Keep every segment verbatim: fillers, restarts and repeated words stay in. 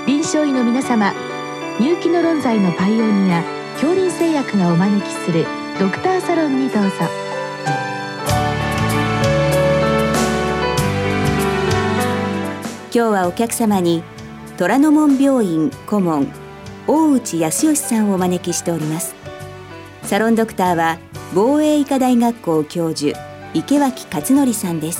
臨床医の皆様、入気の論剤のパイオニア恐林製薬がお招きするドクターサロンにどうぞ。 今日はお客様に虎ノ門病院顧問大内康義さんをお招きしております。サロンドクターは防衛医科大学校教授池脇勝則さんです。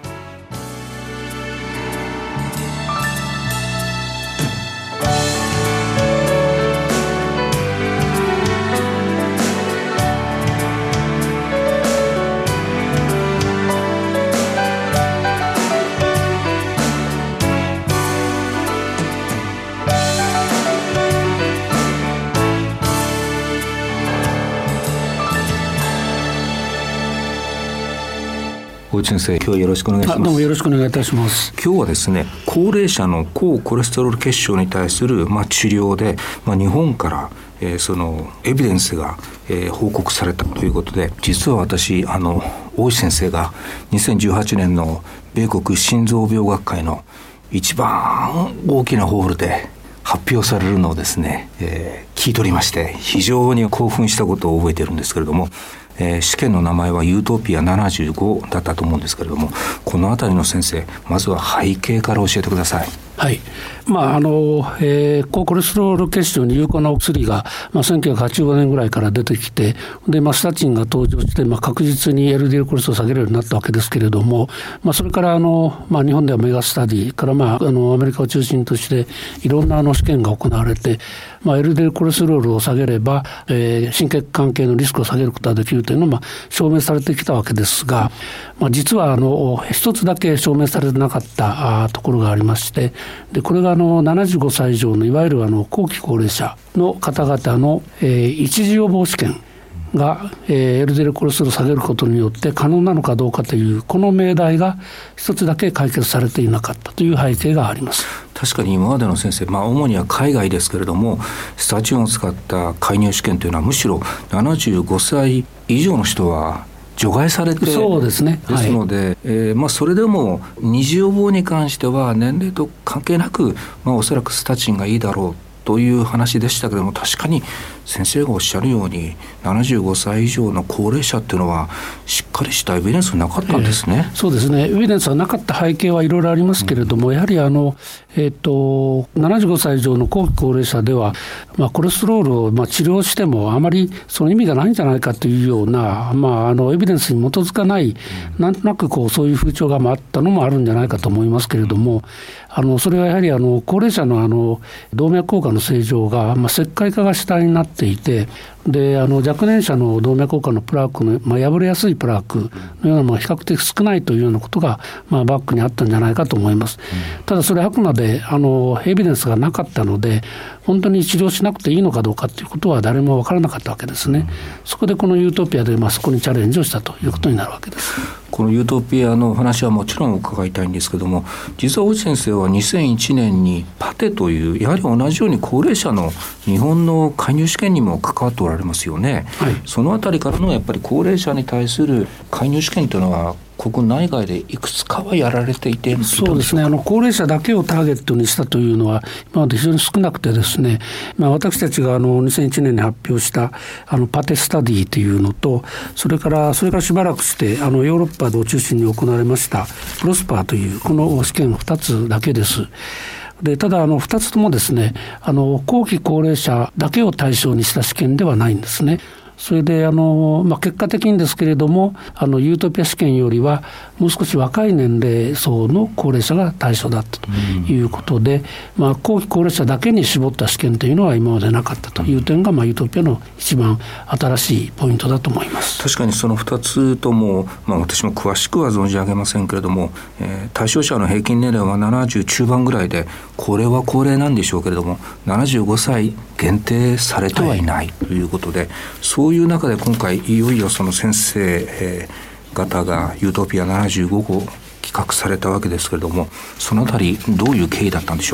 大内先生、今日はよろしくお願いします。 どうもよろしくお願いいたします。 今日はですね、高齢者の高コレステロール血症に対する、まあ、治療で、まあ、日本から、えー、そのエビデンスが、えー、報告されたということで、実は私あの大内先生がにせんじゅうはちねんの米国心臓病学会の一番大きなホールで発表されるのをですね、えー、聞いておりまして、非常に興奮したことを覚えているんですけれども、えー、試験の名前はユートピアななじゅうごだったと思うんですけれども、このあたりの先生、まずは背景から教えてください。 はい、まああのえー、高コレステロール血症に有効なお薬が、まあ、せんきゅうひゃくはちじゅうごねんぐらいから出てきて、で、まあ、スタチンが登場して、まあ、確実に エルディーエル コレステロールを下げるようになったわけですけれども、まあ、それからあの、まあ、日本ではメガスタディから、まあ、あのアメリカを中心としていろんなあの試験が行われて、まあ、エルディーエル コレステロールを下げれば、えー、心血管系のリスクを下げることができるというのが、まあ、証明されてきたわけですが、まあ、実はあの一つだけ証明されてなかったところがありまして、でこれがあのななじゅうごさい以上のいわゆるあの後期高齢者の方々の、えー、一次予防試験が、えー、エルディーエル コレステロールを下げることによって可能なのかどうかというこの命題が一つだけ解決されていなかったという背景があります。 確かに今までの先生、まあ、主には海外ですけれども、スタチンを使った介入試験というのはむしろななじゅうごさい以上の人は除外されて、 そうですね、 ですので、はい、えーまあ、それでも二次予防に関しては年齢と関係なく、まあ、おそらくスタチンがいいだろうという話でしたけれども、確かに先生がおっしゃるようにななじゅうごさい以上の高齢者っていうのはしっかりしたエビデンスなかったんですね。 えー、そうですね、エビデンスはなかった背景はいろいろありますけれども、うん、やはりあの、えー、とななじゅうごさい以上の後期高齢者では、まあ、コレステロールをまあ治療してもあまりその意味がないんじゃないかというような、まあ、あのエビデンスに基づかない、うん、なんとなくこうそういう風潮があったのもあるんじゃないかと思いますけれども、あのそれはやはりあの高齢者のあの動脈硬化の正常が、まあ、石灰化が主体になっていて、であの若年者の動脈硬化のプラークの、まあ、破れやすいプラークのようなものが比較的少ないというようなことが、まあ、バックにあったんじゃないかと思います。うん、ただそれはあくまであのエビデンスがなかったので、本当に治療しなくていいのかどうかということは誰も分からなかったわけですね。うん、そこでこのユートピアで、まあ、そこにチャレンジをしたということになるわけです。 このユートピアの話はもちろん伺いたいんですけども、実は大内先生はにせんいちねんにパテというやはり同じように高齢者の日本の介入試験にも関わっておられますよね。はい、そのあたりからのやっぱり高齢者に対する介入試験というのは国内外でいくつかはやられていて、 そうですね、あの高齢者だけをターゲットにしたというのは今まで非常に少なくてですね、まあ、私たちがあのにせんいちねんに発表したあのパテスタディというのと、それからそれからしばらくしてあのヨーロッパを中心に行われましたプロスパーというこの試験ふたつだけです。でただあのふたつともですね、あの後期高齢者だけを対象にした試験ではないんですね。それであの、まあ、結果的にですけれども、あのユートピア試験よりはもう少し若い年齢層の高齢者が対象だったということで、うん、まあ、後期高齢者だけに絞った試験というのは今までなかったという点が、まあ、ユートピアの一番新しいポイントだと思います。 確かにそのふたつとも、まあ、私も詳しくは存じ上げませんけれども、えー、対象者の平均年齢はななじゅう中盤ぐらいで、これは高齢なんでしょうけれどもななじゅうごさい限定されてはいないということで、はい、そういう中で今回いよいよその先生、えー、方がユートピアななじゅうご号企画されたわけですけれども、そのあたりどういう経緯だったんでしょう。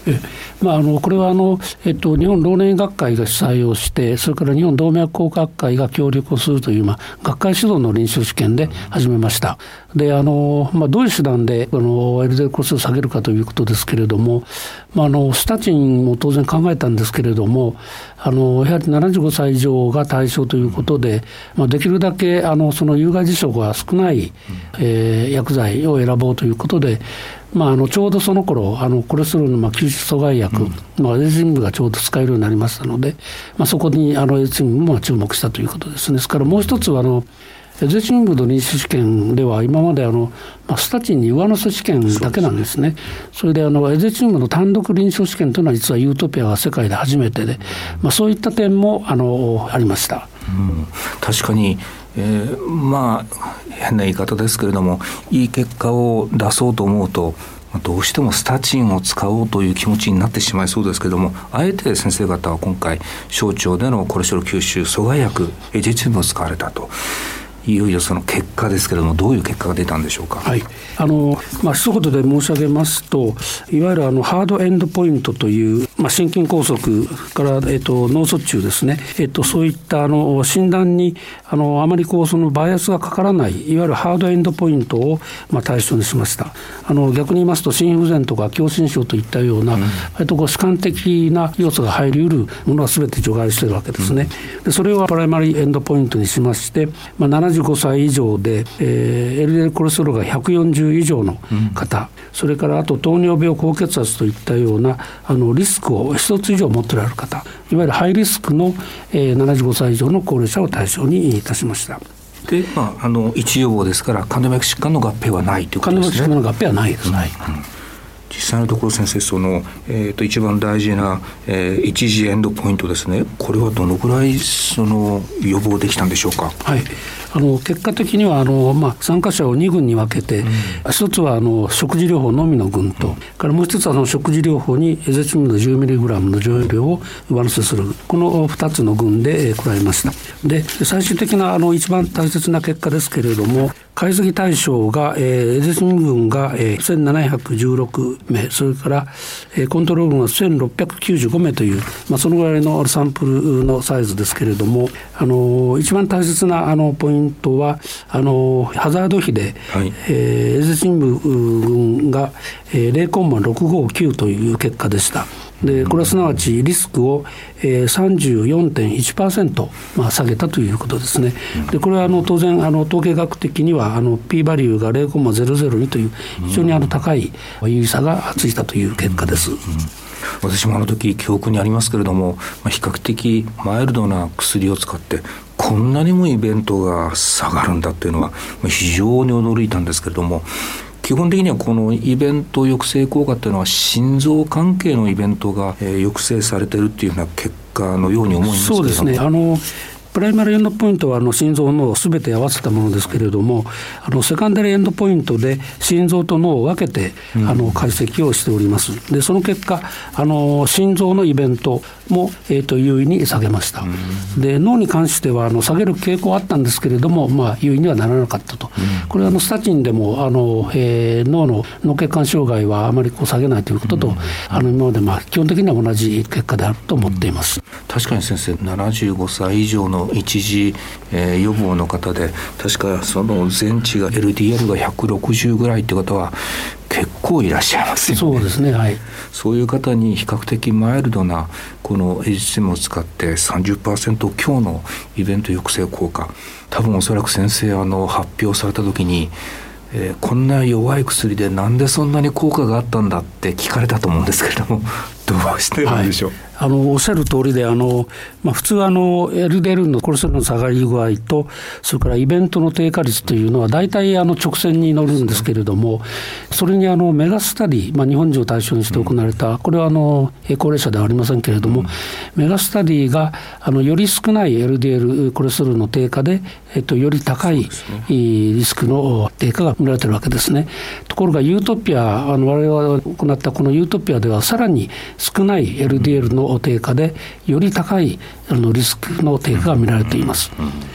えまあ、あのこれはあの、えっと、日本老年医学会が主催をして、それから日本動脈硬化学会が協力をするという、まあ、学会主導の臨床試験で始めました。であの、まあ、どういう手段であの エルディーエル コレステロールを下げるかということですけれども、まあ、あのスタチンも当然考えたんですけれども、あのやはりななじゅうごさい以上が対象ということで、まあ、できるだけあのその有害事象が少ない、えー、薬剤を選ぼうということで、まあ、あのちょうどその頃あのコレステロールのまあ吸収阻害薬、うんまあ、エゼチンブがちょうど使えるようになりましたので、まあ、そこにあのエゼチンブも注目したということですね。ですからもう一つはあのエゼチンブの臨床試験では今まであの、まあ、スタチンに上乗せ試験だけなんですね。それであのエゼチンブの単独臨床試験というのは実はユートピアが世界で初めてで、まあ、そういった点もあのありました。 うん、確かにえー、まあ変な言い方ですけれども、いい結果を出そうと思うとどうしてもスタチンを使おうという気持ちになってしまいそうですけれども、あえて先生方は今回小腸でのコレステロール吸収阻害薬エゼチンブを使われたと。いよいよその結果ですけれども、どういう結果が出たんでしょうか。 はい、あのまあ、一言で申し上げますと、いわゆるあのハードエンドポイントという、まあ、心筋梗塞から、えっと、脳卒中ですね、えっと、そういったあの診断にあのあまりこうそのバイアスがかからない、いわゆるハードエンドポイントを、まあ、対象にしました。あの逆に言いますと、心不全とか狭心症といったような、うん、割とこう主観的な要素が入りうるものは全て除外しているわけですね。でそれをプライマリーエンドポイントにしまして、まあ、ななじゅうごさい以上で、えー、エルディーエル コレステロールがひゃくよんじゅう以上の方、うん、それからあと糖尿病高血圧といったようなあのリスクを一つ以上持っておられる方、いわゆるハイリスクの、えー、ななじゅうごさい以上の高齢者を対象にいたしました。 で、まあ、あの一予防ですから冠動脈疾患の合併はないということですね。 冠動脈疾患の合併はないです、はいうんうん、 実際のところ先生、その、えー、と一番大事な、えー、一次エンドポイントですね、これはどのくらいその予防できたんでしょうか。 はい、あの結果的にはあの、まあ、参加者をに群に分けて、うん、一つはあの食事療法のみの群と、うん、からもう一つはその食事療法にエゼチンブの じゅうミリグラム の常用量を上乗せする、このふたつの群で、えー、加えました。で最終的なあの一番大切な結果ですけれども、解析対象が、えー、エゼチン群が、えー、せんななひゃくじゅうろくめい、それから、えー、コントロール群がせんろっぴゃくきゅうじゅうごめいという、まあ、そのぐらいのサンプルのサイズですけれども、あの一番大切なあのポイントはあのハザード比で、はいえー、エゼチンブ群が、えー、ゼロコンマろくごきゅうという結果でした。でこれはすなわちリスクを、えー、さんじゅうよんてんいちパーセント、まあ、下げたということですね。でこれはあの当然あの統計学的にはあの P バリューが ゼロコンマゼロゼロに という非常にあの高い有意差がついたという結果です。うんうんうん、 私もあの時記憶にありますけれども、まあ、比較的マイルドな薬を使ってこんなにもイベントが下がるんだっていうのは非常に驚いたんですけれども、基本的にはこのイベント抑制効果というのは心臓関係のイベントが、えー、抑制されているというような結果のように思いますけれども。 そうですね、あのプライマリーエンドポイントはあの心臓脳をすべて合わせたものですけれども、あのセカンダリーエンドポイントで心臓と脳を分けて、うん、あの解析をしております。でその結果あの心臓のイベントも、えー、と優位に下げました。うん、で脳に関してはあの下げる傾向あったんですけれども、まあ、優位にはならなかったと。うん、これはあのスタチンでもあの、えー、脳の脳血管障害はあまりこう下げないということと、うん、あの今までまあ基本的には同じ結果であると思っています。うん、 確かに先生、ななじゅうごさい以上の一次、えー、予防の方で確かその全値が エルディーエル がひゃくろくじゅうぐらいという方は結構いらっしゃいますよね。 そうですね、はい、 そういう方に比較的マイルドなこのエゼチンブを使って さんじゅっパーセント 強のイベント抑制効果、多分おそらく先生あの発表された時に、えー、こんな弱い薬でなんでそんなに効果があったんだって聞かれたと思うんですけれども、どうしてるんでしょう。はい、 あのおっしゃる通りで、あの、まあ、普通あの エルディーエル のコレステロールの下がり具合と、それからイベントの低下率というのは大体あの直線に乗るんですけれども、それにあのメガスタディ、まあ、日本人を対象にして行われた、これはあの高齢者ではありませんけれども、メガスタディがあのより少ない エルディーエル コレステロールの低下で、えっと、より高いリスクの低下が見られているわけですね。ところがユートピア、あの我々が行ったこのユートピアではさらに少ない エルディーエル の低下でより高いあのリスクの低下が見られています。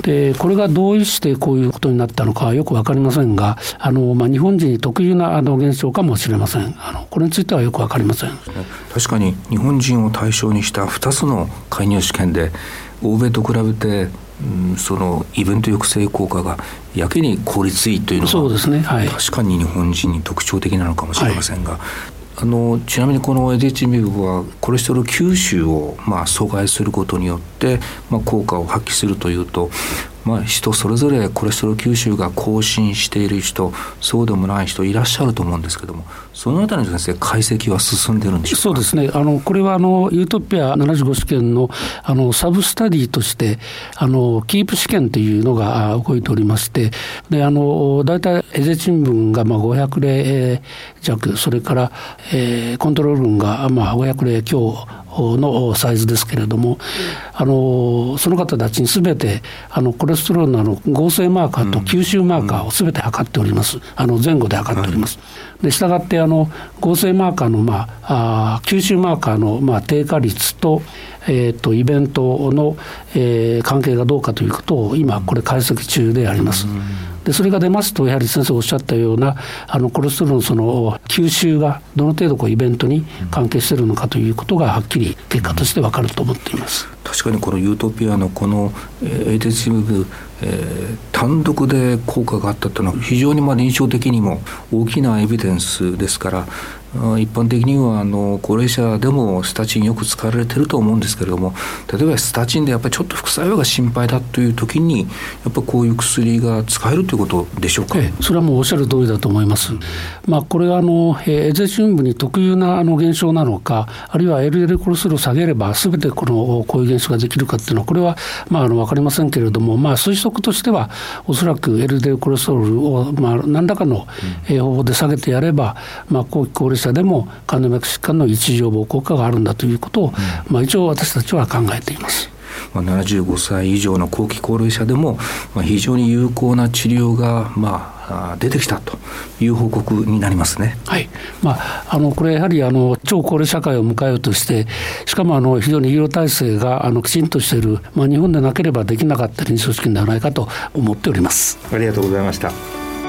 でこれがどうしてこういうことになったのかはよく分かりませんが、あの、まあ、日本人に特有なあの現象かもしれません。あのこれについてはよく分かりません。 確かに日本人を対象にしたふたつの介入試験で欧米と比べて、うん、そのイベント抑制効果がやけに効率いいというのがそうですね、はい、 確かに日本人に特徴的なのかもしれませんが、はい、あのちなみにこの エーディーエイチビー はコレステロール吸収をまあ阻害することによって、まあ、効果を発揮するというと、まあ、人それぞれコレステロール吸収が更新している人、そうでもない人いらっしゃると思うんですけども、そのあたりの先生解析は進んでいるんでしょうか。 そうですね、あのこれはあのユートピアななじゅうご試験 の, あのサブスタディとしてあのキープ試験というのが動いておりまして、であのだいたいエゼチン群がまあごひゃくれい弱、それから、えー、コントロール群がまあごひゃくれい強のサイズですけれども、あのその方たちにすべてあのコレステロールのあの合成マーカーと吸収マーカーをすべて測っております。あの前後で測っております。でしたがってあの合成マーカーの、まあ、あ吸収マーカーの、まあ、低下率と、えー、とイベントの、えー、関係がどうかということを今これ解析中であります。でそれが出ますと、やはり先生おっしゃったようなあのコレステロールのその吸収がどの程度こうイベントに関係しているのかということがはっきり結果として分かると思っています。 確かにこのユートピアのこの エーディーエイチビー、えー、単独で効果があったというのは非常にまあ臨床的にも大きなエビデンスですから、一般的にはあの高齢者でもスタチンよく使われていると思うんですけれども、例えばスタチンでやっぱりちょっと副作用が心配だという時にやっぱこういう薬が使えるということでしょうか。 ええ、それはもうおっしゃる通りだと思います。まあ、これはあのエゼチン群に特有なあの現象なのか、あるいは エルディーエル コレステロールを下げれば全てこのこういう現象ができるかっていうのはこれはまああの分かりませんけれども、まあ、推測としてはおそらく エルディーエル コレステロールをまあ何らかの方法で下げてやれば、まあ、後期高齢者でも冠動脈疾患の一時予防効果があるんだということを、うんまあ、一応私たちは考えています。 まあ、ななじゅうごさい以上の後期高齢者でも、まあ、非常に有効な治療が、まあ、出てきたという報告になりますね。 はいまあ、あのこれやはりあの超高齢社会を迎えようとして、しかもあの非常に医療体制があのきちんとしている、まあ、日本でなければできなかった臨床試験ではないかと思っております。 ありがとうございました。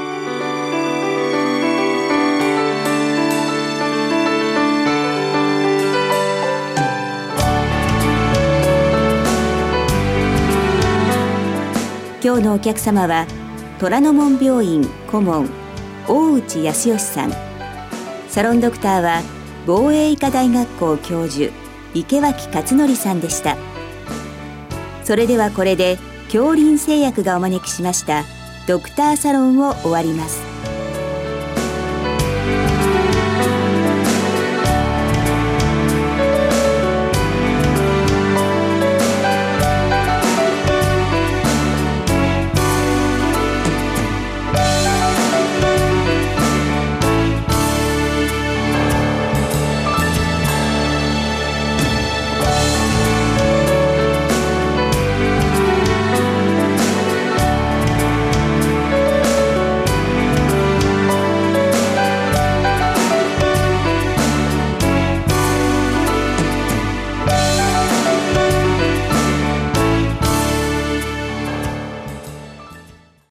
今日のお客様は虎ノ門病院顧問大内康義さん、サロンドクターは防衛医科大学校教授池脇勝則さんでした。それではこれで杏林製薬がお招きしましたドクターサロンを終わります。